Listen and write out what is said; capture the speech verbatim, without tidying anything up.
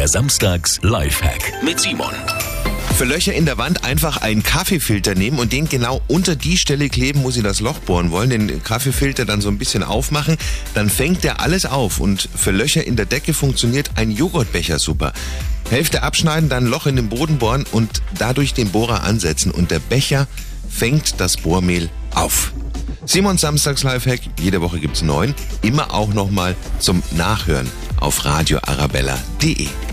Der Samstags-Lifehack mit Simon. Für Löcher in der Wand einfach einen Kaffeefilter nehmen und den genau unter die Stelle kleben, wo Sie das Loch bohren wollen. Den Kaffeefilter dann so ein bisschen aufmachen, dann fängt der alles auf. Und für Löcher in der Decke funktioniert ein Joghurtbecher super. Hälfte abschneiden, dann Loch in den Boden bohren und dadurch den Bohrer ansetzen. Und der Becher fängt das Bohrmehl auf. Simons Samstags-Lifehack, jede Woche gibt's neun. Immer auch nochmal zum Nachhören auf radio arabella punkt de.